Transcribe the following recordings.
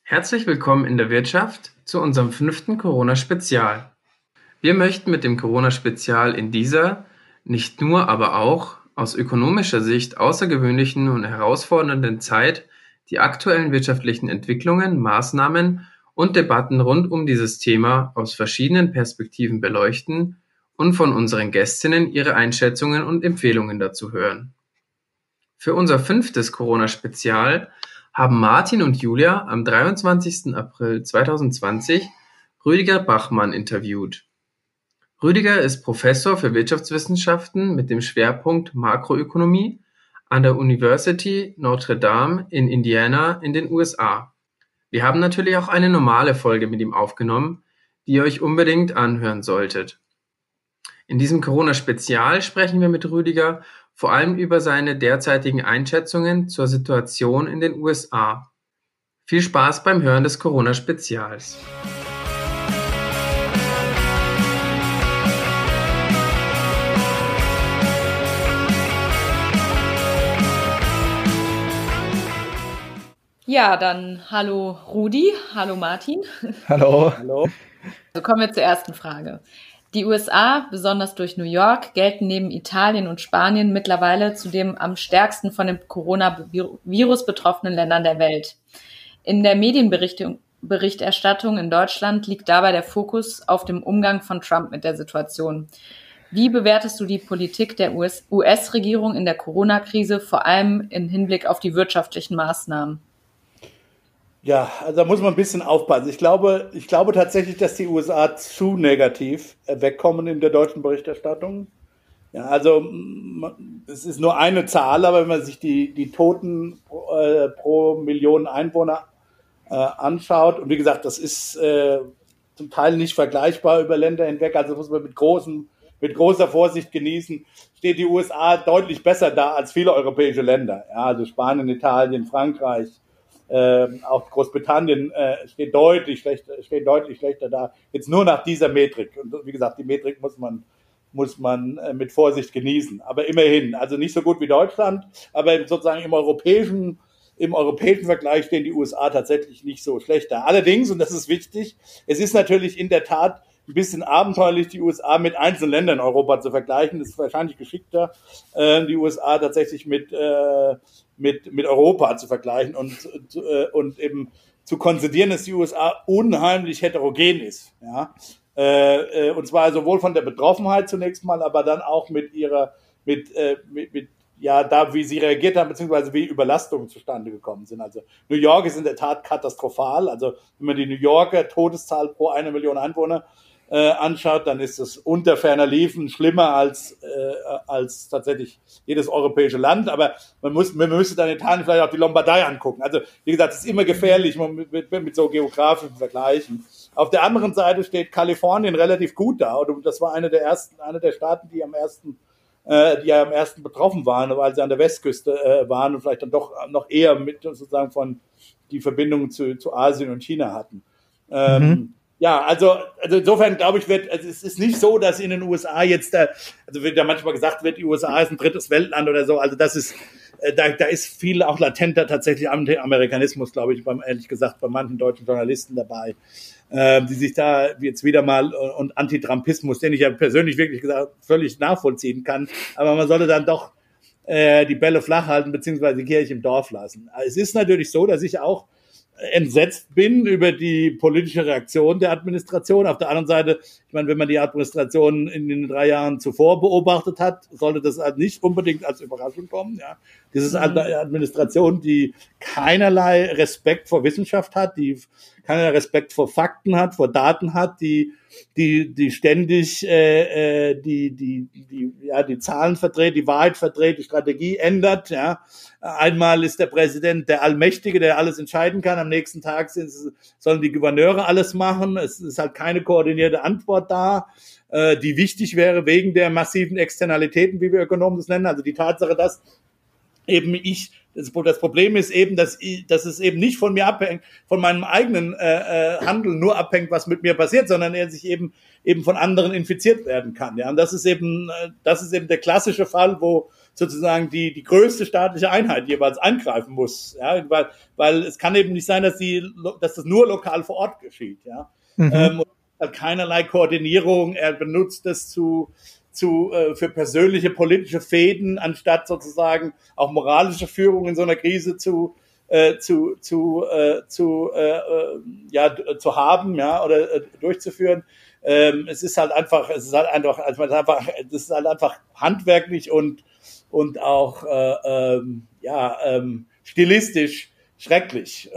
Herzlich willkommen in der Wirtschaft zu unserem 5. Corona-Spezial. Wir möchten mit dem Corona-Spezial in dieser, nicht nur, aber auch aus ökonomischer Sicht außergewöhnlichen und herausfordernden Zeit die aktuellen wirtschaftlichen Entwicklungen, Maßnahmen und Debatten rund um dieses Thema aus verschiedenen Perspektiven beleuchten und von unseren Gästinnen ihre Einschätzungen und Empfehlungen dazu hören. Für unser 5. Corona-Spezial haben Martin und Julia am 23. April 2020 Rüdiger Bachmann interviewt. Rüdiger ist Professor für Wirtschaftswissenschaften mit dem Schwerpunkt Makroökonomie an der University Notre Dame in Indiana in den USA. Wir haben natürlich auch eine normale Folge mit ihm aufgenommen, die ihr euch unbedingt anhören solltet. In diesem Corona-Spezial sprechen wir mit Rüdiger vor allem über seine derzeitigen Einschätzungen zur Situation in den USA. Viel Spaß beim Hören des Corona-Spezials. Ja, dann hallo Rudi, hallo Martin. Hallo. Hallo. Also kommen wir zur ersten Frage. Die USA, besonders durch New York, gelten neben Italien und Spanien mittlerweile zu den am stärksten von dem Coronavirus betroffenen Ländern der Welt. In der Medienberichterstattung in Deutschland liegt dabei der Fokus auf dem Umgang von Trump mit der Situation. Wie bewertest du die Politik der US-Regierung in der Corona-Krise, vor allem im Hinblick auf die wirtschaftlichen Maßnahmen? Ja, also da muss man ein bisschen aufpassen. Ich glaube tatsächlich, dass die USA zu negativ wegkommen in der deutschen Berichterstattung. Ja, also es ist nur eine Zahl, aber wenn man sich die Toten pro Million Einwohner anschaut, und wie gesagt, das ist zum Teil nicht vergleichbar über Länder hinweg, also muss man mit großer Vorsicht genießen, steht die USA deutlich besser da als viele europäische Länder. Ja, also Spanien, Italien, Frankreich, auch Großbritannien steht deutlich schlechter da. Jetzt nur nach dieser Metrik. Und wie gesagt, die Metrik muss man mit Vorsicht genießen. Aber immerhin, also nicht so gut wie Deutschland, aber sozusagen im europäischen Vergleich stehen die USA tatsächlich nicht so schlecht da. Allerdings, und das ist wichtig, es ist natürlich in der Tat ein bisschen abenteuerlich, die USA mit einzelnen Ländern in Europa zu vergleichen. Das ist wahrscheinlich geschickter, die USA tatsächlich mit Europa zu vergleichen und eben zu konzidieren, dass die USA unheimlich heterogen ist. Ja? Und zwar sowohl von der Betroffenheit zunächst mal, aber dann auch wie sie reagiert haben, beziehungsweise wie Überlastungen zustande gekommen sind. Also New York ist in der Tat katastrophal. Also wenn man die New Yorker Todeszahl pro 1 Million Einwohner anschaut, dann ist es unter ferner Liefen schlimmer als tatsächlich jedes europäische Land. Aber man müsste dann in Italien vielleicht auch die Lombardei angucken. Also wie gesagt, es ist immer gefährlich mit so geografischen Vergleichen. Auf der anderen Seite steht Kalifornien relativ gut da. Und das war einer der Staaten, die am ersten betroffen waren, weil sie an der Westküste waren und vielleicht dann doch noch eher mit sozusagen von die Verbindungen zu Asien und China hatten. Ja, also insofern glaube ich, es ist nicht so, dass in den USA jetzt wird ja manchmal gesagt wird, die USA ist ein drittes Weltland oder so. Also das ist, da ist viel auch latenter tatsächlich Amerikanismus, glaube ich, ehrlich gesagt, bei manchen deutschen Journalisten dabei, die sich da jetzt wieder mal und Antitrampismus, den ich ja persönlich wirklich gesagt völlig nachvollziehen kann. Aber man sollte dann doch die Bälle flach halten, beziehungsweise die Kirche im Dorf lassen. Es ist natürlich so, dass ich auch entsetzt bin über die politische Reaktion der Administration. Auf der anderen Seite, ich meine, wenn man die Administration in den 3 Jahren zuvor beobachtet hat, sollte das halt nicht unbedingt als Überraschung kommen. Ja. Das ist eine Administration, die keinerlei Respekt vor Wissenschaft hat, die keinerlei Respekt vor Fakten hat, vor Daten hat, die ständig die Zahlen verdreht, die Wahrheit verdreht, die Strategie ändert. Ja. Einmal ist der Präsident der Allmächtige, der alles entscheiden kann. Am nächsten Tag sollen die Gouverneure alles machen. Es ist halt keine koordinierte Antwort da, die wichtig wäre wegen der massiven Externalitäten, wie wir Ökonomen das nennen. Also die Tatsache, dass eben das Problem ist eben, dass es eben nicht von mir abhängt, von meinem eigenen Handeln nur abhängt, was mit mir passiert, sondern er sich eben von anderen infiziert werden kann. Ja, und das ist eben der klassische Fall, wo sozusagen die größte staatliche Einheit jeweils eingreifen muss, ja, weil es kann eben nicht sein, dass das nur lokal vor Ort geschieht, ja. Und hat keinerlei Koordinierung, er benutzt es für persönliche politische Fäden, anstatt sozusagen auch moralische Führung in so einer Krise zu haben, ja, oder durchzuführen. Es ist halt einfach handwerklich und auch stilistisch schrecklich.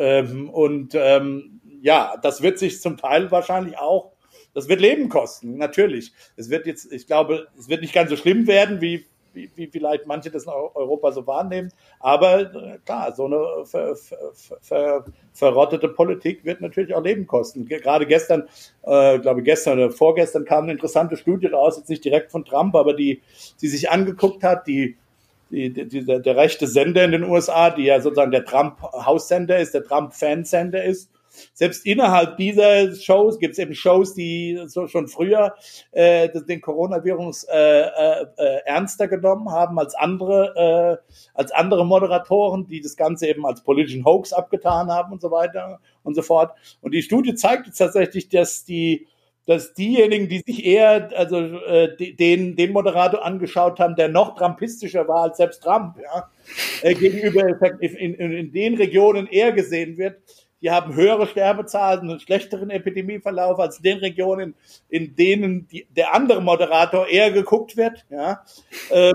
Das wird sich zum Teil wahrscheinlich auch, das wird Leben kosten, natürlich. Ich glaube, es wird nicht ganz so schlimm werden, wie vielleicht manche das in Europa so wahrnehmen. Aber klar, so eine verrottete Politik wird natürlich auch Leben kosten. Gerade gestern oder vorgestern kam eine interessante Studie raus, jetzt nicht direkt von Trump, aber die sich angeguckt hat, der rechte Sender in den USA, die ja sozusagen der Trump-Haussender ist, der Trump-Fansender ist. Selbst innerhalb dieser Shows gibt es eben Shows, die so schon früher den Coronavirus ernster genommen haben als andere Moderatoren, die das Ganze eben als politischen Hoax abgetan haben und so weiter und so fort. Und die Studie zeigt jetzt tatsächlich, dass diejenigen, die sich eher den Moderator angeschaut haben, der noch trumpistischer war als selbst Trump, ja, gegenüber in den Regionen eher gesehen wird, die haben höhere Sterbezahlen und einen schlechteren Epidemieverlauf als in den Regionen, in denen der andere Moderator eher geguckt wird, ja, der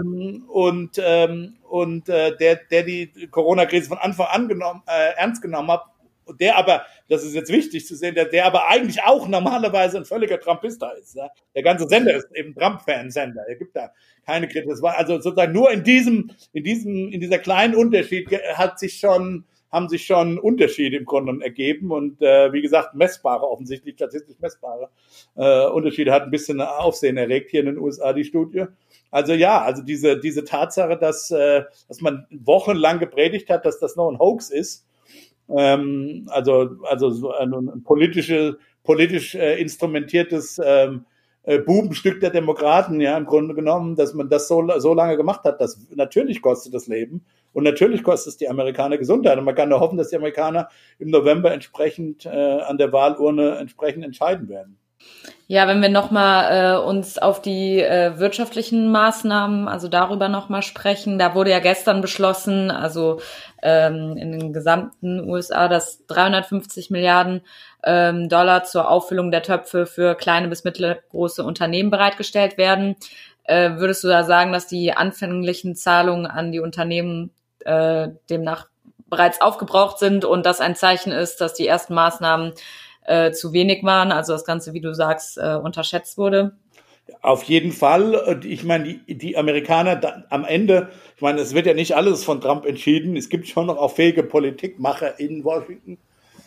die Corona-Krise von Anfang an ernst genommen hat, der aber, das ist jetzt wichtig zu sehen, der aber eigentlich auch normalerweise ein völliger Trumpista ist. Ja. Der ganze Sender ist eben Trump-Fan-Sender. Er gibt da keine Kritik. Das war also sozusagen nur in dieser kleinen Unterschied haben sich schon Unterschiede im Grunde ergeben und wie gesagt, offensichtlich statistisch messbare Unterschiede, hat ein bisschen Aufsehen erregt hier in den USA, die Studie. Also diese Tatsache, dass man wochenlang gepredigt hat, dass das noch ein Hoax ist, also so ein politisch instrumentiertes Bubenstück der Demokraten, ja, im Grunde genommen, dass man das so lange gemacht hat, das natürlich kostet das Leben und natürlich kostet es die Amerikaner Gesundheit und man kann nur hoffen, dass die Amerikaner im November entsprechend an der Wahlurne entsprechend entscheiden werden. Ja, wenn wir nochmal uns auf die wirtschaftlichen Maßnahmen, also darüber nochmal sprechen, da wurde ja gestern beschlossen, also in den gesamten USA, dass 350 Milliarden Dollar zur Auffüllung der Töpfe für kleine bis mittelgroße Unternehmen bereitgestellt werden. Würdest du da sagen, dass die anfänglichen Zahlungen an die Unternehmen demnach bereits aufgebraucht sind und das ein Zeichen ist, dass die ersten Maßnahmen zu wenig waren, also das Ganze, wie du sagst, unterschätzt wurde? Auf jeden Fall. Ich meine, die Amerikaner am Ende, ich meine, es wird ja nicht alles von Trump entschieden. Es gibt schon noch auch fähige Politikmacher in Washington,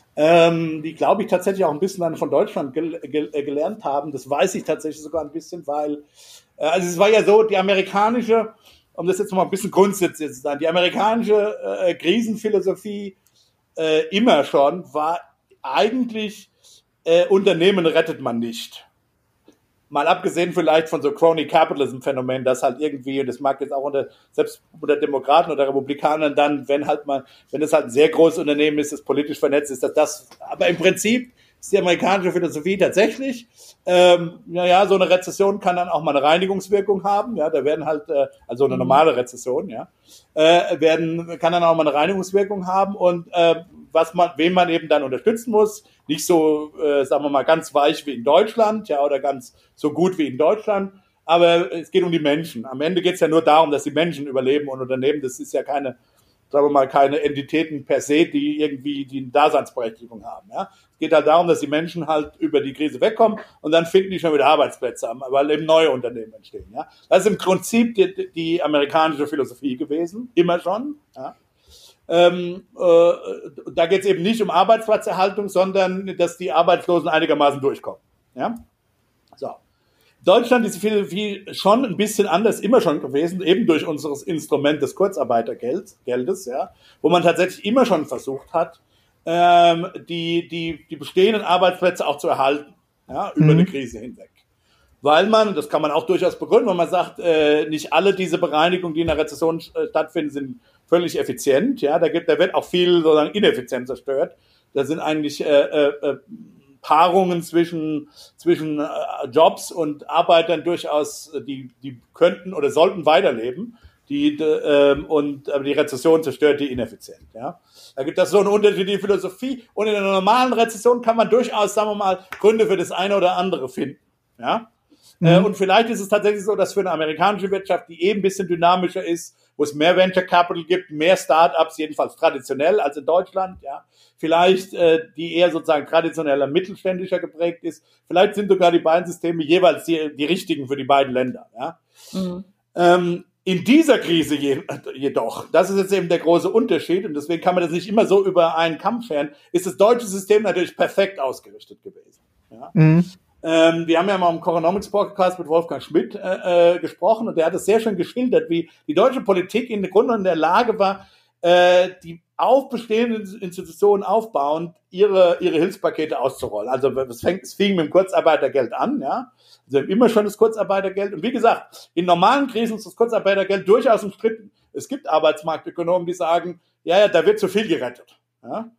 die, glaube ich, tatsächlich auch ein bisschen dann von Deutschland gelernt haben. Das weiß ich tatsächlich sogar ein bisschen, weil, also es war ja so, die amerikanische, um das jetzt mal ein bisschen grundsätzlich zu sagen, die amerikanische Krisenphilosophie immer schon war eigentlich, Unternehmen rettet man nicht. Mal abgesehen vielleicht von so Crony Capitalism Phänomen, das halt irgendwie, und das mag jetzt auch selbst unter Demokraten oder Republikanern dann, wenn es halt ein sehr großes Unternehmen ist, das politisch vernetzt ist, aber im Prinzip ist die amerikanische Philosophie tatsächlich, so eine Rezession kann dann auch mal eine Reinigungswirkung haben, ja, da werden halt, also eine normale Rezession, ja, kann dann auch mal eine Reinigungswirkung haben und, wen man eben dann unterstützen muss, nicht so, sagen wir mal, ganz weich wie in Deutschland, ja, oder ganz so gut wie in Deutschland, aber es geht um die Menschen. Am Ende geht es ja nur darum, dass die Menschen überleben und Unternehmen, das ist ja keine Entitäten per se, die eine Daseinsberechtigung haben, ja. Es geht halt darum, dass die Menschen halt über die Krise wegkommen und dann finden die schon wieder Arbeitsplätze, weil eben neue Unternehmen entstehen, ja. Das ist im Prinzip die amerikanische Philosophie gewesen, immer schon, ja. Da geht es eben nicht um Arbeitsplatzerhaltung, sondern dass die Arbeitslosen einigermaßen durchkommen. Ja? So. Deutschland ist die Philosophie schon ein bisschen anders, immer schon gewesen, eben durch unseres Instrument des Kurzarbeitergeldes, ja, wo man tatsächlich immer schon versucht hat, die bestehenden Arbeitsplätze auch zu erhalten, ja, über eine Krise hinweg. weil man, das kann man auch durchaus begründen, wenn man sagt, nicht alle diese Bereinigungen, die in der Rezession stattfinden, sind völlig effizient. Ja, da wird auch viel sozusagen ineffizient zerstört. Da sind eigentlich Paarungen zwischen Jobs und Arbeitern durchaus, die könnten oder sollten weiterleben. Aber die Rezession zerstört die ineffizient. Ja, da gibt es so eine unterschiedliche Philosophie. Und in einer normalen Rezession kann man durchaus, sagen wir mal, Gründe für das eine oder andere finden. Ja. Und vielleicht ist es tatsächlich so, dass für eine amerikanische Wirtschaft, die eben ein bisschen dynamischer ist, wo es mehr Venture Capital gibt, mehr Start-ups, jedenfalls traditionell als in Deutschland, ja, vielleicht die eher sozusagen traditioneller mittelständischer geprägt ist. Vielleicht sind sogar die beiden Systeme jeweils die richtigen für die beiden Länder. Ja. In dieser Krise jedoch, das ist jetzt eben der große Unterschied und deswegen kann man das nicht immer so über einen Kamm scheren, ist das deutsche System natürlich perfekt ausgerichtet gewesen. Ja. Wir haben ja mal im Coronomics Podcast mit Wolfgang Schmidt gesprochen und der hat es sehr schön geschildert, wie die deutsche Politik im Grunde in der Lage war, die auf bestehenden Institutionen aufbauend ihre Hilfspakete auszurollen. Also es fing mit dem Kurzarbeitergeld an, ja. Also immer schon das Kurzarbeitergeld. Und wie gesagt, in normalen Krisen ist das Kurzarbeitergeld durchaus umstritten. Es gibt Arbeitsmarktökonomen, die sagen, ja, da wird zu viel gerettet. Ja.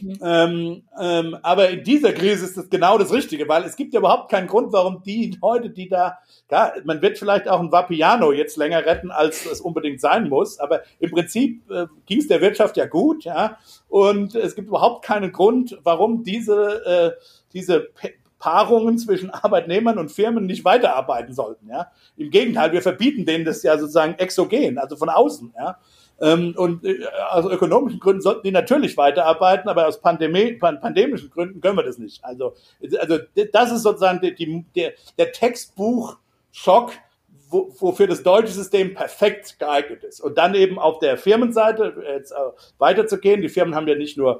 Aber in dieser Krise ist das genau das Richtige, weil es gibt ja überhaupt keinen Grund, warum die Leute, die da, klar, man wird vielleicht auch ein Vapiano jetzt länger retten, als es unbedingt sein muss, aber im Prinzip ging es der Wirtschaft ja gut, ja, und es gibt überhaupt keinen Grund, warum diese Paarungen zwischen Arbeitnehmern und Firmen nicht weiterarbeiten sollten, ja. Im Gegenteil, wir verbieten denen das ja sozusagen exogen, also von außen, ja. Und aus ökonomischen Gründen sollten die natürlich weiterarbeiten, aber aus pandemischen Gründen können wir das nicht. Also das ist sozusagen der Textbuch-Schock, wofür das deutsche System perfekt geeignet ist. Und dann eben auf der Firmenseite jetzt weiterzugehen. Die Firmen haben ja nicht nur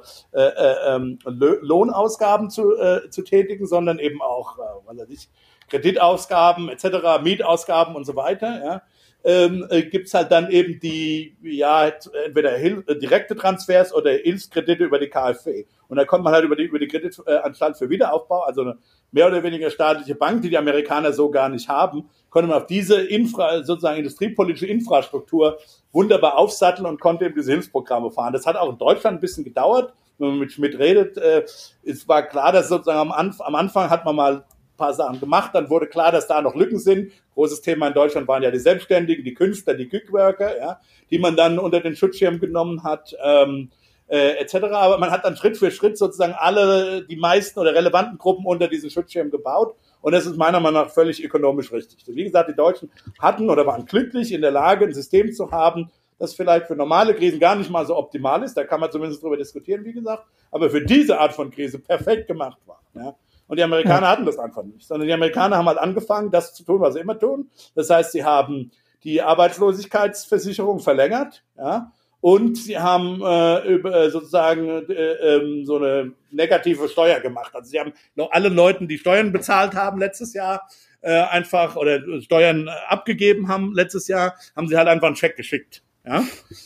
Lohnausgaben zu tätigen, sondern eben auch Kreditausgaben etc., Mietausgaben und so weiter. Ja. Gibt's halt dann eben entweder direkte Transfers oder Hilfskredite über die KfW. Und da kommt man halt über die Kreditanstalt für Wiederaufbau, also eine mehr oder weniger staatliche Bank, die Amerikaner so gar nicht haben, konnte man auf diese sozusagen industriepolitische Infrastruktur wunderbar aufsatteln und konnte eben diese Hilfsprogramme fahren. Das hat auch in Deutschland ein bisschen gedauert. Wenn man mit Schmidt redet, es war klar, dass sozusagen am Anfang hat man mal paar Sachen gemacht, dann wurde klar, dass da noch Lücken sind. Großes Thema in Deutschland waren ja die Selbstständigen, die Künstler, die Gigworker, ja, die man dann unter den Schutzschirm genommen hat, etc. Aber man hat dann Schritt für Schritt sozusagen die meisten oder relevanten Gruppen unter diesen Schutzschirm gebaut und das ist meiner Meinung nach völlig ökonomisch richtig. Wie gesagt, die Deutschen hatten oder waren glücklich in der Lage, ein System zu haben, das vielleicht für normale Krisen gar nicht mal so optimal ist, da kann man zumindest drüber diskutieren, wie gesagt, aber für diese Art von Krise perfekt gemacht war, ja. Und die Amerikaner hatten das einfach nicht, sondern die Amerikaner haben halt angefangen, das zu tun, was sie immer tun. Das heißt, sie haben die Arbeitslosigkeitsversicherung verlängert, ja, und sie haben sozusagen so eine negative Steuer gemacht. Also sie haben noch alle Leuten, die Steuern bezahlt haben letztes Jahr, einfach oder Steuern abgegeben haben letztes Jahr, haben sie halt einfach einen Scheck geschickt. Ja,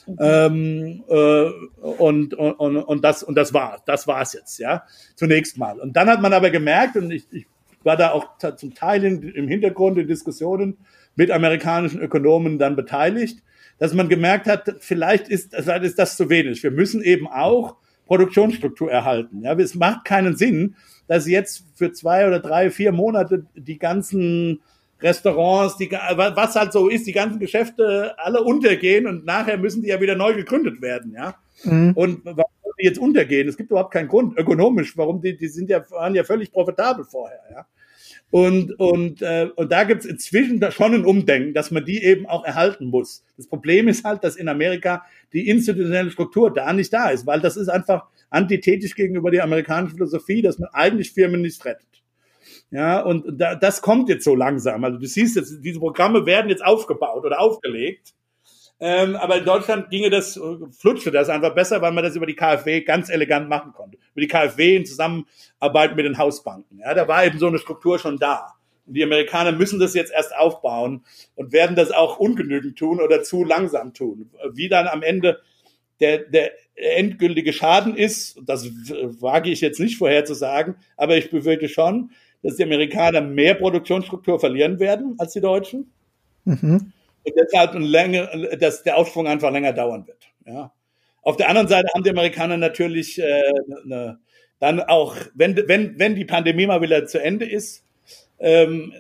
und das war's jetzt, ja, zunächst mal. Und dann hat man aber gemerkt, und ich war da auch zum Teil im Hintergrund in Diskussionen mit amerikanischen Ökonomen dann beteiligt, dass man gemerkt hat, vielleicht ist das zu wenig. Wir müssen eben auch Produktionsstruktur erhalten. Ja, es macht keinen Sinn, dass jetzt für 2 oder 3, 4 Monate die ganzen Restaurants, was halt so ist, die ganzen Geschäfte alle untergehen und nachher müssen die ja wieder neu gegründet werden, ja. Und warum die jetzt untergehen? Es gibt überhaupt keinen Grund ökonomisch, warum die waren ja völlig profitabel vorher, ja. Und da gibt's inzwischen schon ein Umdenken, dass man die eben auch erhalten muss. Das Problem ist halt, dass in Amerika die institutionelle Struktur da nicht da ist, weil das ist einfach antithetisch gegenüber der amerikanischen Philosophie, dass man eigentlich Firmen nicht rettet. Ja, und das kommt jetzt so langsam. Also du siehst jetzt, diese Programme werden jetzt aufgebaut oder aufgelegt. Aber in Deutschland flutschte das einfach besser, weil man das über die KfW ganz elegant machen konnte. Über die KfW in Zusammenarbeit mit den Hausbanken. Ja, da war eben so eine Struktur schon da. Und die Amerikaner müssen das jetzt erst aufbauen und werden das auch ungenügend tun oder zu langsam tun. Wie dann am Ende der endgültige Schaden ist, das wage ich jetzt nicht vorherzusagen, aber ich befürchte schon, dass die Amerikaner mehr Produktionsstruktur verlieren werden als die Deutschen. Und deshalb dass der Aufschwung einfach länger dauern wird. Ja. Auf der anderen Seite haben die Amerikaner natürlich dann auch, wenn die Pandemie mal wieder zu Ende ist, sind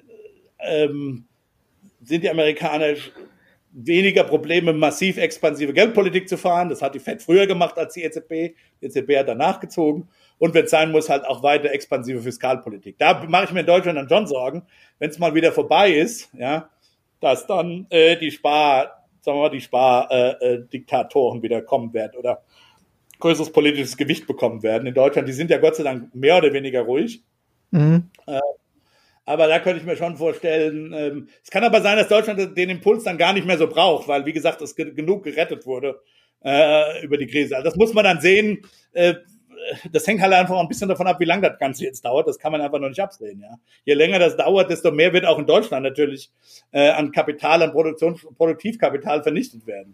die Amerikaner weniger Probleme, massiv expansive Geldpolitik zu fahren. Das hat die Fed früher gemacht als die EZB. Die EZB hat danach gezogen. Und wenn es sein muss, halt auch weiter expansive Fiskalpolitik. Da mache ich mir in Deutschland dann schon Sorgen, wenn es mal wieder vorbei ist, ja, dass dann die Spardiktatoren wieder kommen werden oder größeres politisches Gewicht bekommen werden. In Deutschland, die sind ja Gott sei Dank mehr oder weniger ruhig. Aber da könnte ich mir schon vorstellen, es kann aber sein, dass Deutschland den Impuls dann gar nicht mehr so braucht, weil, wie gesagt, es genug gerettet wurde über die Krise. Also das muss man dann sehen. Das hängt halt einfach ein bisschen davon ab, wie lange das Ganze jetzt dauert. Das kann man einfach noch nicht absehen. Ja. Je länger das dauert, desto mehr wird auch in Deutschland natürlich an Kapital, an Produktivkapital vernichtet werden.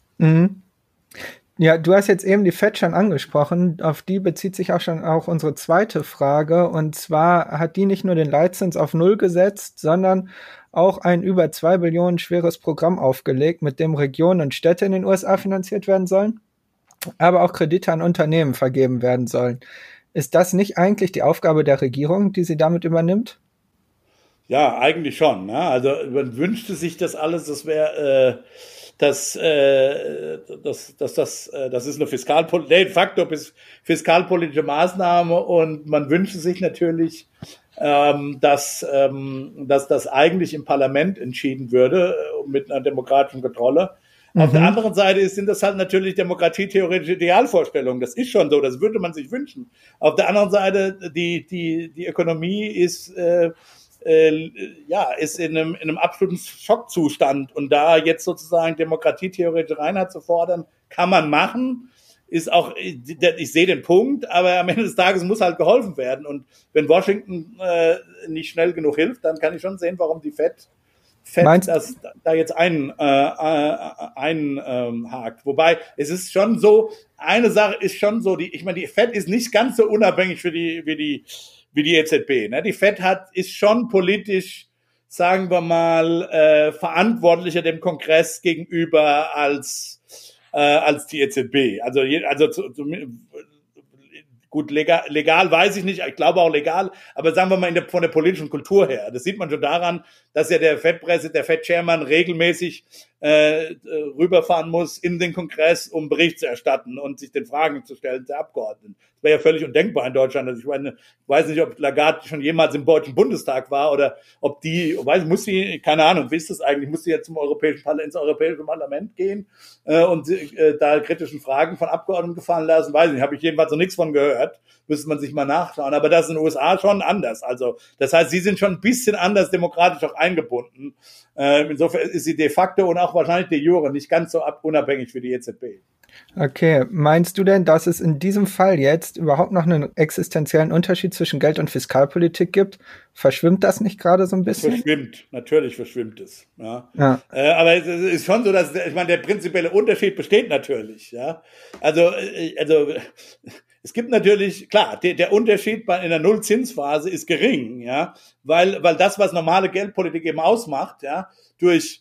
Ja, du hast jetzt eben die Fed schon angesprochen. Auf die bezieht sich auch unsere zweite Frage. Und zwar hat die nicht nur den Leitzins auf Null gesetzt, sondern auch ein über 2 Billionen schweres Programm aufgelegt, mit dem Regionen und Städte in den USA finanziert werden sollen, aber auch Kredite an Unternehmen vergeben werden sollen. Ist das nicht eigentlich die Aufgabe der Regierung, die sie damit übernimmt? Ja, eigentlich schon. Ne? Also man wünschte sich das alles, das wäre das ist eine fiskalpolitische Maßnahme und man wünscht sich natürlich, dass das eigentlich im Parlament entschieden würde mit einer demokratischen Kontrolle. Auf der anderen Seite sind das halt natürlich demokratietheoretische Idealvorstellungen. Das ist schon so, das würde man sich wünschen. Auf der anderen Seite, die Ökonomie ist in einem absoluten Schockzustand. Und da jetzt sozusagen demokratietheoretische Reinheit zu fordern, kann man machen. Ist auch, ich sehe den Punkt, aber am Ende des Tages muss halt geholfen werden. Und wenn Washington nicht schnell genug hilft, dann kann ich schon sehen, warum die Fed das da jetzt einhakt. Wobei, es ist schon so, eine Sache ist schon so, die Fed ist nicht ganz so unabhängig wie die EZB. Ne? Die Fed ist schon politisch, sagen wir mal, verantwortlicher dem Kongress gegenüber als die EZB. Gut, legal weiß ich nicht, ich glaube auch legal, aber sagen wir mal von der politischen Kultur her. Das sieht man schon daran, dass ja der Fed-Chairman regelmäßig rüberfahren muss in den Kongress, um Bericht zu erstatten und sich den Fragen zu stellen der Abgeordneten. Das wäre ja völlig undenkbar in Deutschland. Also ich weiß nicht, ob Lagarde schon jemals im Deutschen Bundestag war oder ob keine Ahnung, wie ist das eigentlich? Muss sie jetzt ins Europäische Parlament gehen und da kritischen Fragen von Abgeordneten gefallen lassen? Weiß nicht, habe ich jedenfalls noch nichts von gehört. Müsste man sich mal nachschauen. Aber das ist in den USA schon anders. Also das heißt, sie sind schon ein bisschen anders demokratisch auch eingebunden. Insofern ist sie de facto und auch wahrscheinlich de jure nicht ganz so unabhängig wie die EZB. Okay, meinst du denn, dass es in diesem Fall jetzt überhaupt noch einen existenziellen Unterschied zwischen Geld- und Fiskalpolitik gibt? Verschwimmt das nicht gerade so ein bisschen? Natürlich verschwimmt es. Ja. Aber es ist schon so, dass, der prinzipielle Unterschied besteht natürlich. Ja. Also es gibt natürlich, klar, der Unterschied in der Nullzinsphase ist gering, ja, weil das, was normale Geldpolitik eben ausmacht, ja, durch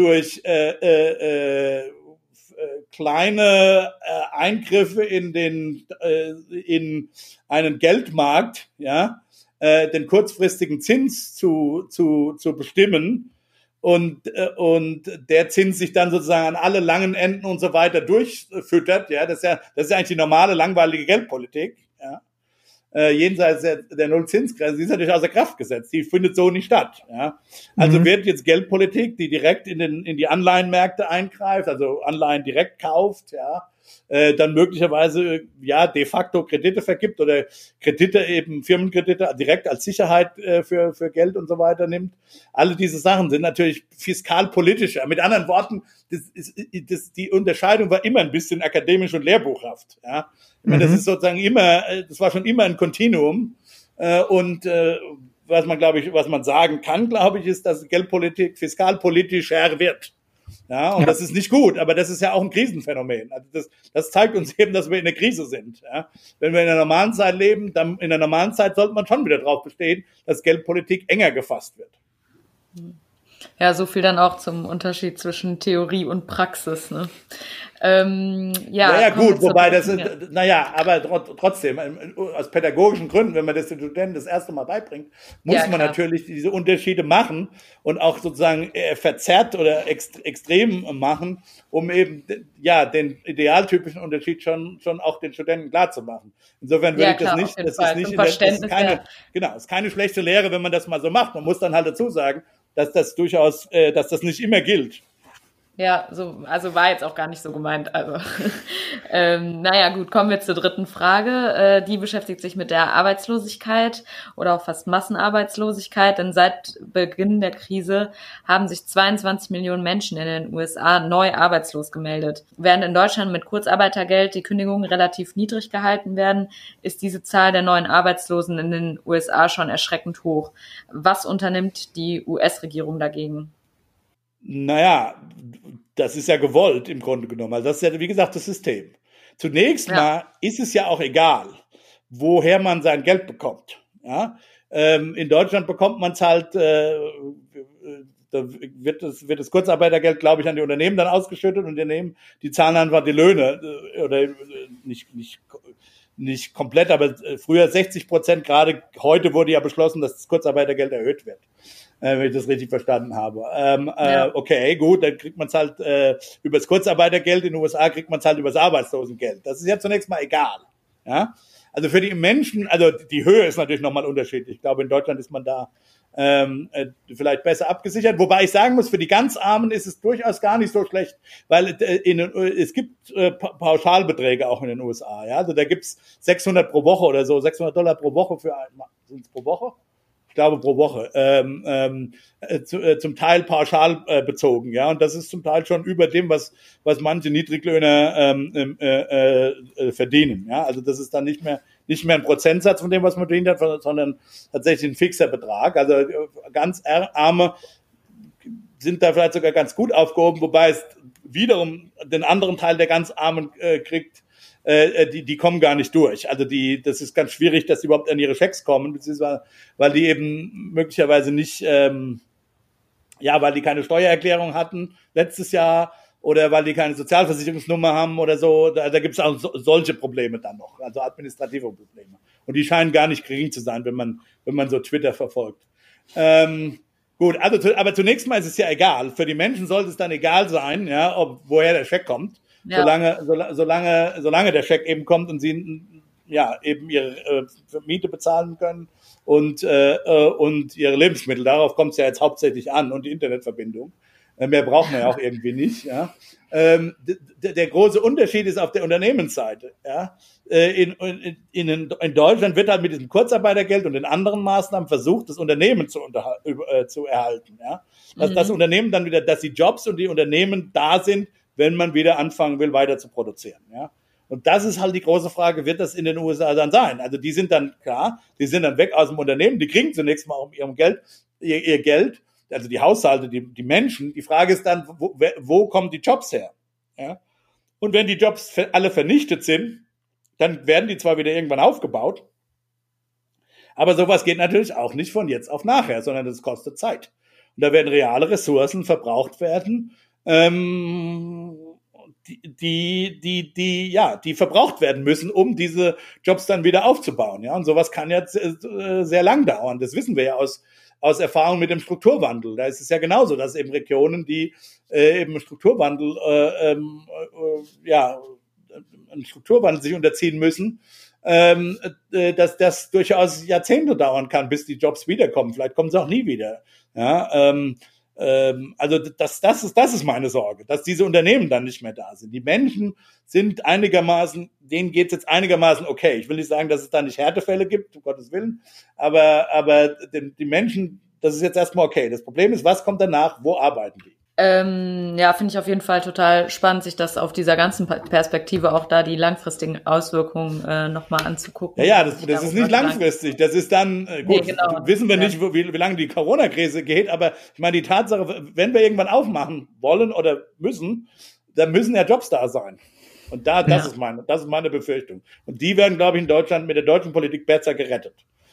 kleine Eingriffe in einen Geldmarkt, ja, den kurzfristigen Zins zu bestimmen und der Zins sich dann sozusagen an alle langen Enden und so weiter durchfüttert, ja, das ist ja eigentlich die normale langweilige Geldpolitik, ja. Jenseits der Nullzinsgrenze, die ist natürlich außer Kraft gesetzt. Die findet so nicht statt. Ja? Also wird jetzt Geldpolitik, die direkt in die Anleihenmärkte eingreift, also Anleihen direkt kauft, ja, dann möglicherweise de facto Kredite vergibt oder Kredite eben Firmenkredite direkt als Sicherheit für Geld und so weiter nimmt. Alle diese Sachen sind natürlich fiskalpolitischer. Mit anderen Worten, die Unterscheidung war immer ein bisschen akademisch und lehrbuchhaft. Ja? Ich meine, das ist sozusagen das war schon immer ein Kontinuum. Was man sagen kann, glaube ich, ist, dass Geldpolitik fiskalpolitischer wird. Ja, und das ist nicht gut, aber das ist ja auch ein Krisenphänomen. Also das zeigt uns eben, dass wir in der Krise sind. Ja. Wenn wir in der normalen Zeit leben, dann in der normalen Zeit sollte man schon wieder darauf bestehen, dass Geldpolitik enger gefasst wird. Ja, so viel dann auch zum Unterschied zwischen Theorie und Praxis. Ne? Ja, gut, wobei das ist, aber trotzdem, aus pädagogischen Gründen, wenn man das den Studenten das erste Mal beibringt, muss man natürlich diese Unterschiede machen und auch sozusagen verzerrt oder extrem machen, um eben den idealtypischen Unterschied schon auch den Studenten klar zu machen. Insofern würde ich das nicht, ist keine schlechte Lehre, wenn man das mal so macht. Man muss dann halt dazu sagen, dass das durchaus, dass das nicht immer gilt. Ja, also war jetzt auch gar nicht so gemeint. Also, gut, kommen wir zur dritten Frage. Die beschäftigt sich mit der Arbeitslosigkeit oder auch fast Massenarbeitslosigkeit. Denn seit Beginn der Krise haben sich 22 Millionen Menschen in den USA neu arbeitslos gemeldet. Während in Deutschland mit Kurzarbeitergeld die Kündigungen relativ niedrig gehalten werden, ist diese Zahl der neuen Arbeitslosen in den USA schon erschreckend hoch. Was unternimmt die US-Regierung dagegen? Naja, das ist ja gewollt im Grunde genommen. Also das ist ja, wie gesagt, das System. Zunächst mal ist es ja auch egal, woher man sein Geld bekommt. Ja? In Deutschland bekommt man es halt, da wird das Kurzarbeitergeld, glaube ich, an die Unternehmen dann ausgeschüttet und die zahlen einfach die Löhne oder nicht komplett, aber früher 60%, gerade heute wurde ja beschlossen, dass das Kurzarbeitergeld erhöht wird. Wenn ich das richtig verstanden habe. Okay, gut, dann kriegt man es halt über das Kurzarbeitergeld, in den USA kriegt man es halt über das Arbeitslosengeld. Das ist ja zunächst mal egal. Ja? Also für die Menschen, also die Höhe ist natürlich nochmal unterschiedlich. Ich glaube, in Deutschland ist man da vielleicht besser abgesichert. Wobei ich sagen muss, für die ganz Armen ist es durchaus gar nicht so schlecht, weil es gibt Pauschalbeträge auch in den USA. Ja? Also da gibt's 600 pro Woche oder so, $600 pro Woche sind es pro Woche? Ich glaube pro Woche, zum Teil pauschal bezogen, ja, und das ist zum Teil schon über dem, was manche Niedriglöhner verdienen, ja, also das ist dann nicht mehr ein Prozentsatz von dem, was man verdient hat, sondern tatsächlich ein fixer Betrag. Also ganz Arme sind da vielleicht sogar ganz gut aufgehoben, wobei es wiederum den anderen Teil der ganz Armen kriegt. Die kommen gar nicht durch. Also das ist ganz schwierig, dass sie überhaupt an ihre Schecks kommen, beziehungsweise weil die eben möglicherweise nicht, weil die keine Steuererklärung hatten letztes Jahr oder weil die keine Sozialversicherungsnummer haben oder so. Da gibt es auch solche Probleme dann noch, also administrative Probleme. Und die scheinen gar nicht gering zu sein, wenn man so Twitter verfolgt. Gut, also aber zunächst mal ist es ja egal. Für die Menschen sollte es dann egal sein, ja, woher der Scheck kommt. Ja. Solange der Scheck eben kommt und sie eben ihre Miete bezahlen können und ihre Lebensmittel. Darauf kommt es ja jetzt hauptsächlich an und die Internetverbindung. Mehr braucht man ja auch irgendwie nicht. Ja. Der große Unterschied ist auf der Unternehmensseite. Ja. In Deutschland wird halt mit diesem Kurzarbeitergeld und den anderen Maßnahmen versucht, das Unternehmen zu erhalten. Ja. Dass das Unternehmen dann wieder, dass die Jobs und die Unternehmen da sind, wenn man wieder anfangen will, weiter zu produzieren. Ja? Und das ist halt die große Frage, wird das in den USA dann sein? Also die sind dann weg aus dem Unternehmen, die kriegen zunächst mal um ihr Geld, also die Haushalte, die Menschen. Die Frage ist dann, wo kommen die Jobs her? Ja? Und wenn die Jobs alle vernichtet sind, dann werden die zwar wieder irgendwann aufgebaut, aber sowas geht natürlich auch nicht von jetzt auf nachher, sondern das kostet Zeit. Und da werden reale Ressourcen verbraucht werden, die verbraucht werden müssen, um diese Jobs dann wieder aufzubauen. Ja, und sowas kann ja sehr lang dauern. Das wissen wir ja aus Erfahrung mit dem Strukturwandel. Da ist es ja genauso, dass eben Regionen, die eben Strukturwandel, einen Strukturwandel sich unterziehen müssen, dass das durchaus Jahrzehnte dauern kann, bis die Jobs wiederkommen. Vielleicht kommen sie auch nie wieder. Ja, also das ist meine Sorge, dass diese Unternehmen dann nicht mehr da sind. Die Menschen sind denen geht's jetzt einigermaßen okay. Ich will nicht sagen, dass es da nicht Härtefälle gibt, um Gottes Willen, aber die Menschen, das ist jetzt erstmal okay. Das Problem ist, was kommt danach, wo arbeiten die? Ja, finde ich auf jeden Fall total spannend, sich das auf dieser ganzen Perspektive auch da die langfristigen Auswirkungen nochmal anzugucken. Ja, das ist nicht langfristig. Das ist dann, gut, nee, genau. Wissen wir nicht, wie lange die Corona-Krise geht, aber ich meine, die Tatsache, wenn wir irgendwann aufmachen wollen oder müssen, dann müssen ja Jobs da sein. Und das ist meine Befürchtung. Und die werden, glaube ich, in Deutschland mit der deutschen Politik besser gerettet.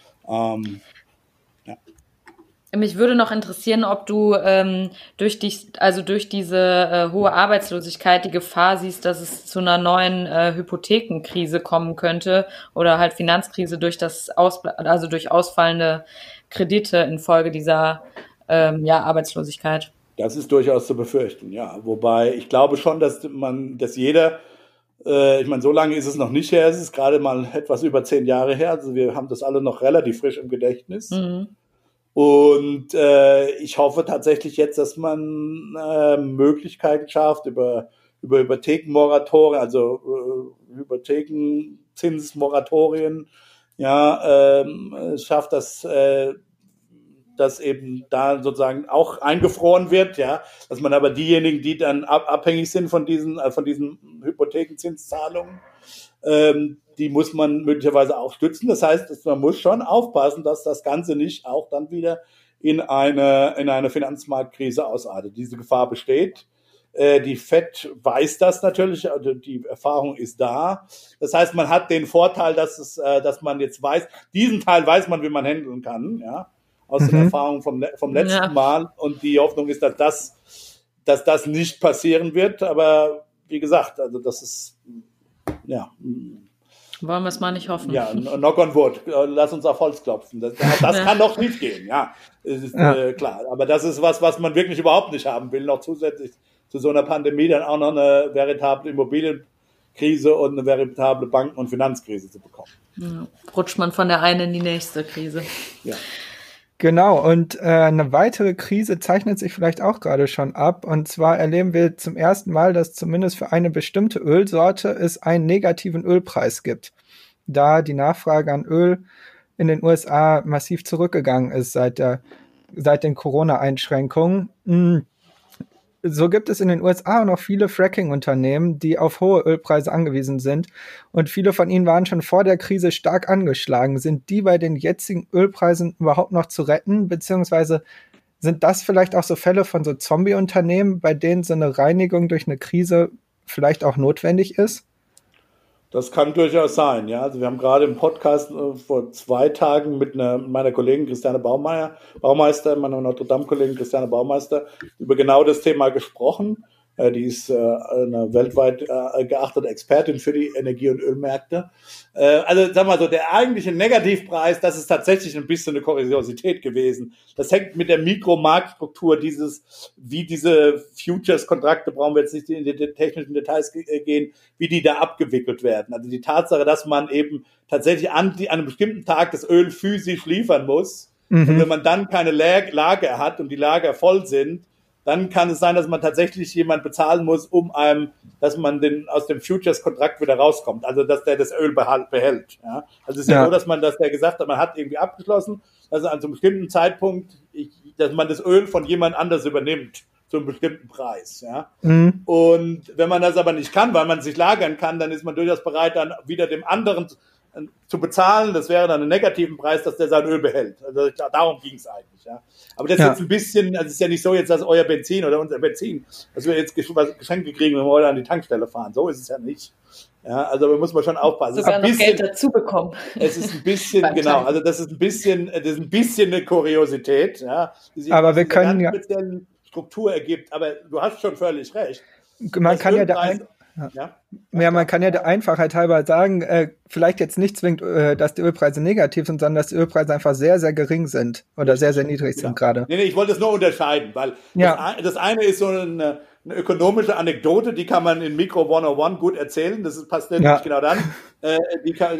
Mich würde noch interessieren, ob du durch diese hohe Arbeitslosigkeit die Gefahr siehst, dass es zu einer neuen Hypothekenkrise kommen könnte oder halt Finanzkrise durch durch ausfallende Kredite infolge dieser Arbeitslosigkeit. Das ist durchaus zu befürchten, ja. Wobei ich glaube schon, dass jeder, ich meine, so lange ist es noch nicht her, es ist gerade mal etwas über 10 Jahre her, also wir haben das alle noch relativ frisch im Gedächtnis. Mhm. Und ich hoffe tatsächlich jetzt, dass man Möglichkeiten schafft über Hypothekenmoratorien, also Hypothekenzinsmoratorien, schafft, dass eben da sozusagen auch eingefroren wird, ja, dass man aber diejenigen, die dann abhängig sind von diesen Hypothekenzinszahlungen, die muss man möglicherweise auch stützen. Das heißt, man muss schon aufpassen, dass das Ganze nicht auch dann wieder in eine Finanzmarktkrise ausartet. Diese Gefahr besteht. Die FED weiß das natürlich, also die Erfahrung ist da. Das heißt, man hat den Vorteil, dass man jetzt weiß, diesen Teil weiß man, wie man handeln kann, ja, aus den Erfahrungen vom letzten Mal. Und die Hoffnung ist, dass das nicht passieren wird. Aber wie gesagt, also das ist, ja. Wollen wir es mal nicht hoffen. Ja, knock on wood. Lass uns auf Holz klopfen. Das kann doch nicht gehen, ja. Das ist klar. Aber das ist was man wirklich überhaupt nicht haben will. Noch zusätzlich zu so einer Pandemie dann auch noch eine veritable Immobilienkrise und eine veritable Banken- und Finanzkrise zu bekommen. Ja, rutscht man von der einen in die nächste Krise. Ja. Genau, und eine weitere Krise zeichnet sich vielleicht auch gerade schon ab. Und zwar erleben wir zum ersten Mal, dass zumindest für eine bestimmte Ölsorte es einen negativen Ölpreis gibt, da die Nachfrage an Öl in den USA massiv zurückgegangen ist seit den Corona-Einschränkungen. So gibt es in den USA noch viele Fracking-Unternehmen, die auf hohe Ölpreise angewiesen sind. Und viele von ihnen waren schon vor der Krise stark angeschlagen. Sind die bei den jetzigen Ölpreisen überhaupt noch zu retten? Beziehungsweise sind das vielleicht auch so Fälle von so Zombie-Unternehmen, bei denen so eine Reinigung durch eine Krise vielleicht auch notwendig ist? Das kann durchaus sein, ja. Also wir haben gerade im Podcast vor 2 Tagen mit meiner Kollegin Christiane Baumeister, meiner Notre-Dame-Kollegin Christiane Baumeister, über genau das Thema gesprochen. Die ist eine weltweit geachtete Expertin für die Energie- und Ölmärkte. Also sag mal so, der eigentliche Negativpreis, das ist tatsächlich ein bisschen eine Kuriosität gewesen. Das hängt mit der Mikromarktstruktur wie diese Futures-Kontrakte, brauchen wir jetzt nicht in die technischen Details gehen, wie die da abgewickelt werden. Also die Tatsache, dass man eben tatsächlich an einem bestimmten Tag das Öl physisch liefern muss, und wenn man dann keine Lager hat und die Lager voll sind, dann kann es sein, dass man tatsächlich jemand bezahlen muss, dass man aus dem Futures-Kontrakt wieder rauskommt. Also, dass der das Öl behält. Ja? Also, es ist ja so, dass der gesagt hat, man hat irgendwie abgeschlossen, also an so einem bestimmten Zeitpunkt, dass man das Öl von jemand anders übernimmt, zu einem bestimmten Preis. Ja? Und wenn man das aber nicht kann, weil man sich lagern kann, dann ist man durchaus bereit, dann wieder dem anderen zu bezahlen. Das wäre dann ein negativen Preis, dass der sein Öl behält. Also darum ging es eigentlich. Ja. Aber das ist jetzt ein bisschen, also es ist ja nicht so jetzt, dass euer Benzin oder unser Benzin, dass wir jetzt Geschenke kriegen, wenn wir heute an die Tankstelle fahren. So ist es ja nicht. Ja, also da muss man schon aufpassen. Sogar noch Geld dazu bekommen. Es ist ein bisschen, genau, also das ist ein bisschen eine Kuriosität, ja, die sich aber wir können einer ganz speziellen Struktur ergibt. Aber du hast schon völlig recht. Man kann man kann ja der Einfachheit halber sagen, vielleicht jetzt nicht zwingend, dass die Ölpreise negativ sind, sondern dass die Ölpreise einfach sehr, sehr gering sind oder sehr, sehr niedrig sind gerade. Nee, ich wollte es nur unterscheiden, weil das eine ist so eine ökonomische Anekdote, die kann man in Micro 101 gut erzählen, das passt nicht genau dann.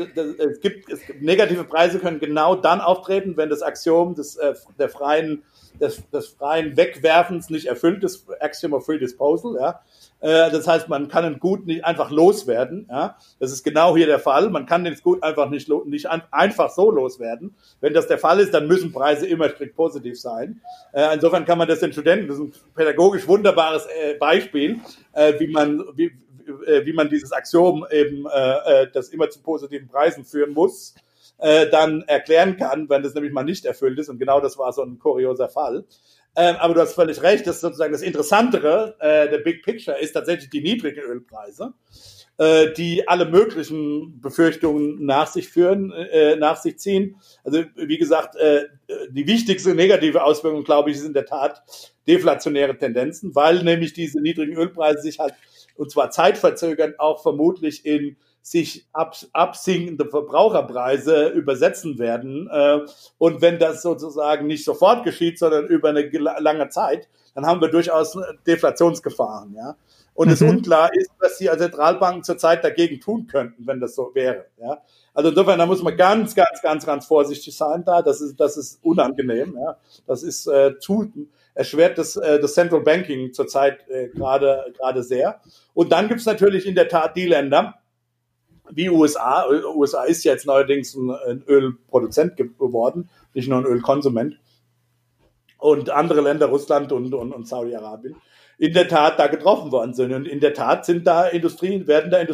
Negative Preise können genau dann auftreten, wenn das Axiom der freien des freien Wegwerfens nicht erfüllt, das Axiom of Free Disposal, ja. Das heißt, man kann ein Gut nicht einfach loswerden, ja. Das ist genau hier der Fall. Man kann das Gut einfach nicht einfach so loswerden. Wenn das der Fall ist, dann müssen Preise immer strikt positiv sein. Insofern kann man das den Studenten, das ist ein pädagogisch wunderbares Beispiel, wie man dieses Axiom eben, das immer zu positiven Preisen führen muss, dann erklären kann, wenn das nämlich mal nicht erfüllt ist. Und genau das war so ein kurioser Fall. Aber du hast völlig recht, das ist sozusagen das Interessantere, der Big Picture ist tatsächlich die niedrigen Ölpreise, die alle möglichen Befürchtungen nach sich ziehen. Also wie gesagt, die wichtigste negative Auswirkung, glaube ich, ist in der Tat deflationäre Tendenzen, weil nämlich diese niedrigen Ölpreise sich halt, und zwar zeitverzögernd, auch vermutlich in sich absinkende Verbraucherpreise übersetzen werden. Und wenn das sozusagen nicht sofort geschieht, sondern über eine lange Zeit, dann haben wir durchaus Deflationsgefahren. Ja? Und es unklar ist, was die Zentralbanken zurzeit dagegen tun könnten, wenn das so wäre. Ja? Also insofern, da muss man ganz vorsichtig sein da. Das ist unangenehm. Ja? Das ist erschwert das Central Banking zurzeit gerade sehr. Und dann gibt's natürlich in der Tat die Länder, wie USA. USA ist jetzt neuerdings ein Ölproduzent geworden, nicht nur ein Ölkonsument. Und andere Länder, Russland und Saudi-Arabien, in der Tat da getroffen worden sind. Und in der Tat werden da Industrien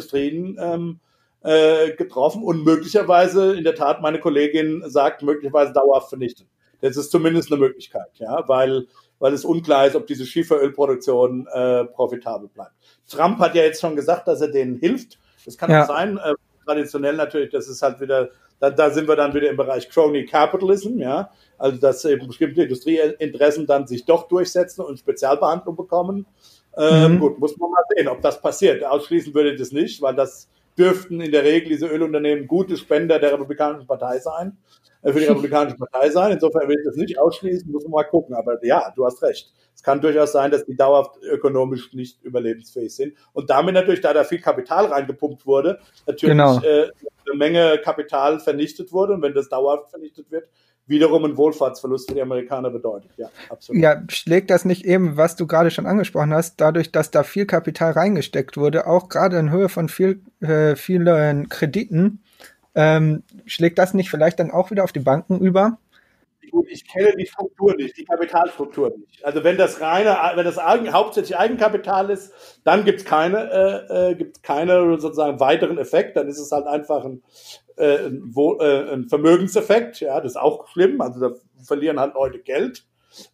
getroffen und möglicherweise, in der Tat, meine Kollegin sagt, möglicherweise dauerhaft vernichtet. Das ist zumindest eine Möglichkeit, ja, weil es unklar ist, ob diese Schieferölproduktion profitabel bleibt. Trump hat ja jetzt schon gesagt, dass er denen hilft. Das kann auch sein. Traditionell natürlich, das ist halt wieder, da sind wir dann wieder im Bereich Crony Capitalism, ja. Also, dass eben bestimmte Industrieinteressen dann sich doch durchsetzen und Spezialbehandlung bekommen. Gut, muss man mal sehen, ob das passiert. Ausschließen würde ich das nicht, weil das dürften in der Regel diese Ölunternehmen gute Spender der Republikanischen Partei sein, für die Republikanische Partei sein. Insofern will ich das nicht ausschließen, muss man mal gucken. Aber ja, du hast recht. Es kann durchaus sein, dass die dauerhaft ökonomisch nicht überlebensfähig sind. Und damit natürlich, da viel Kapital reingepumpt wurde, natürlich eine Menge Kapital vernichtet wurde. Und wenn das dauerhaft vernichtet wird, wiederum ein Wohlfahrtsverlust für die Amerikaner bedeutet. Ja, absolut. Ja, schlägt das nicht eben, was du gerade schon angesprochen hast, dadurch, dass da viel Kapital reingesteckt wurde, auch gerade in Höhe von vielen Krediten, schlägt das nicht vielleicht dann auch wieder auf die Banken über? Ich kenne die Struktur nicht, die Kapitalstruktur nicht. Also wenn das hauptsächlich Eigenkapital ist, dann gibt's keine sozusagen weiteren Effekt. Dann ist es halt einfach ein Vermögenseffekt. Ja, das ist auch schlimm. Also da verlieren halt Leute Geld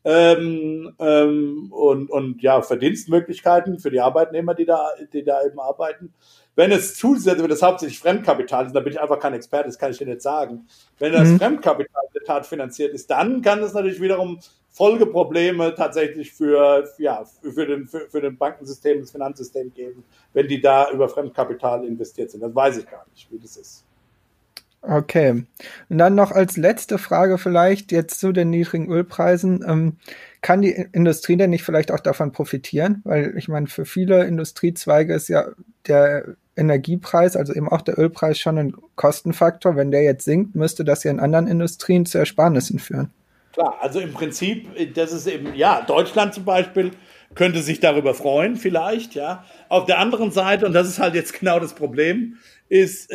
und ja, Verdienstmöglichkeiten für die Arbeitnehmer, die da eben arbeiten. Wenn das hauptsächlich Fremdkapital ist, da bin ich einfach kein Experte, das kann ich dir nicht sagen. Wenn das Fremdkapital in der Tat finanziert ist, dann kann es natürlich wiederum Folgeprobleme tatsächlich für den Bankensystem, das Finanzsystem geben, wenn die da über Fremdkapital investiert sind. Das weiß ich gar nicht, wie das ist. Okay. Und dann noch als letzte Frage vielleicht jetzt zu den niedrigen Ölpreisen. Kann die Industrie denn nicht vielleicht auch davon profitieren? Weil ich meine, für viele Industriezweige ist ja der Energiepreis, also eben auch der Ölpreis, schon ein Kostenfaktor. Wenn der jetzt sinkt, müsste das ja in anderen Industrien zu Ersparnissen führen. Klar, also im Prinzip, das ist eben, ja, Deutschland zum Beispiel könnte sich darüber freuen, vielleicht, ja. Auf der anderen Seite, und das ist halt jetzt genau das Problem, ist,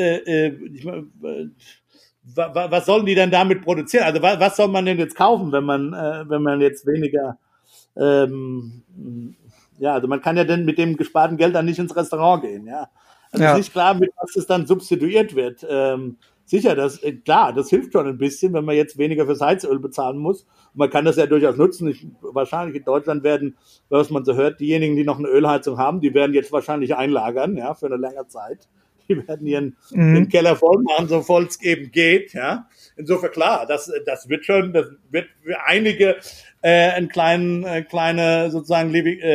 was sollen die denn damit produzieren? Also was soll man denn jetzt kaufen, wenn man jetzt weniger, also man kann ja dann mit dem gesparten Geld dann nicht ins Restaurant gehen, ja. Also ist nicht klar, mit was es dann substituiert wird. Sicher, das hilft schon ein bisschen, wenn man jetzt weniger fürs Heizöl bezahlen muss. Und man kann das ja durchaus nutzen. Wahrscheinlich in Deutschland werden, was man so hört, diejenigen, die noch eine Ölheizung haben, die werden jetzt wahrscheinlich einlagern, ja, für eine längere Zeit. Die werden ihren Keller voll machen, so voll es eben geht, ja. Insofern klar, das wird für einige einen kleine sozusagen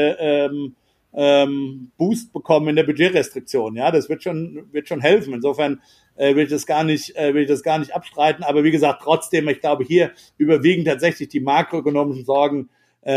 Boost bekommen in der Budgetrestriktion, ja. Das wird schon helfen. Insofern will ich das gar nicht abstreiten. Aber wie gesagt, trotzdem, ich glaube, hier überwiegen tatsächlich die makroökonomischen Sorgen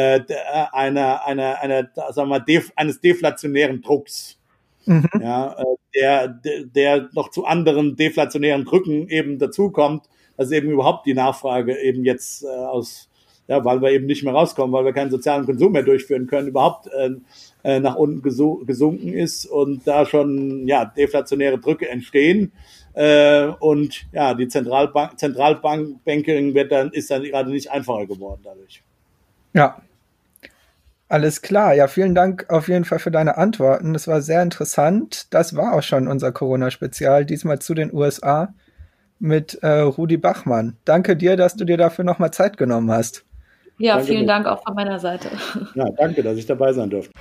eines deflationären Drucks. Ja, der noch zu anderen deflationären Drücken eben dazukommt, dass eben überhaupt die Nachfrage eben jetzt aus ja, weil wir eben nicht mehr rauskommen, weil wir keinen sozialen Konsum mehr durchführen können, überhaupt nach unten gesunken ist und da schon deflationäre Drücke entstehen. Und ja, die Zentralbanking ist dann gerade nicht einfacher geworden dadurch. Ja, alles klar. Ja, vielen Dank auf jeden Fall für deine Antworten. Das war sehr interessant. Das war auch schon unser Corona-Spezial, diesmal zu den USA mit Rudi Bachmann. Danke dir, dass du dir dafür nochmal Zeit genommen hast. Ja, danke, vielen Dank auch von meiner Seite. Ja, danke, dass ich dabei sein durfte.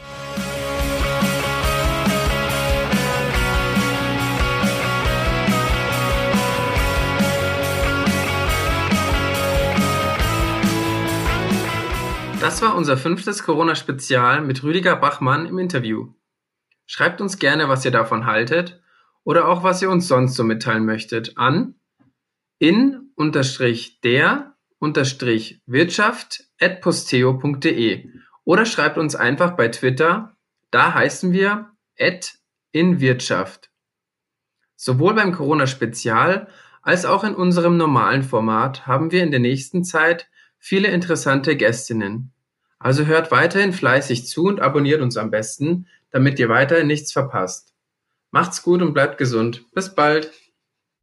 Das war unser 5. Corona-Spezial mit Rüdiger Bachmann im Interview. Schreibt uns gerne, was ihr davon haltet oder auch, was ihr uns sonst so mitteilen möchtet an in-der-wirtschaft@posteo.de oder schreibt uns einfach bei Twitter, da heißen wir @inwirtschaft. Sowohl beim Corona-Spezial als auch in unserem normalen Format haben wir in der nächsten Zeit viele interessante Gästinnen. Also hört weiterhin fleißig zu und abonniert uns am besten, damit ihr weiterhin nichts verpasst. Macht's gut und bleibt gesund. Bis bald.